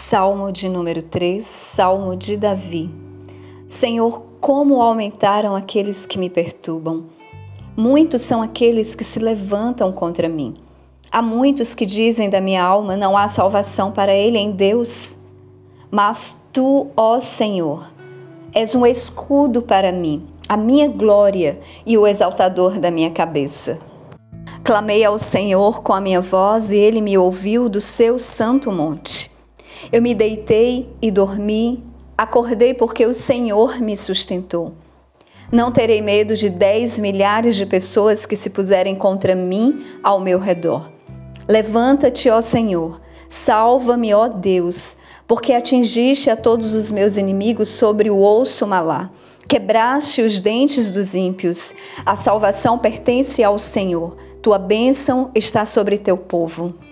Salmo de número 3, Salmo de Davi. Senhor, como aumentaram aqueles que me perturbam. Muitos são aqueles que se levantam contra mim. Há muitos que dizem da minha alma, não há salvação para ele em Deus. Mas tu, ó Senhor, és um escudo para mim, a minha glória e o exaltador da minha cabeça. Clamei ao Senhor com a minha voz e ele me ouviu do seu santo monte. Eu me deitei e dormi, acordei porque o Senhor me sustentou. Não terei medo de 10 milhares de pessoas que se puserem contra mim ao meu redor. Levanta-te, ó Senhor, salva-me, ó Deus, porque atingiste a todos os meus inimigos sobre o osso malá. Quebraste os dentes dos ímpios. A salvação pertence ao Senhor. Tua bênção está sobre teu povo.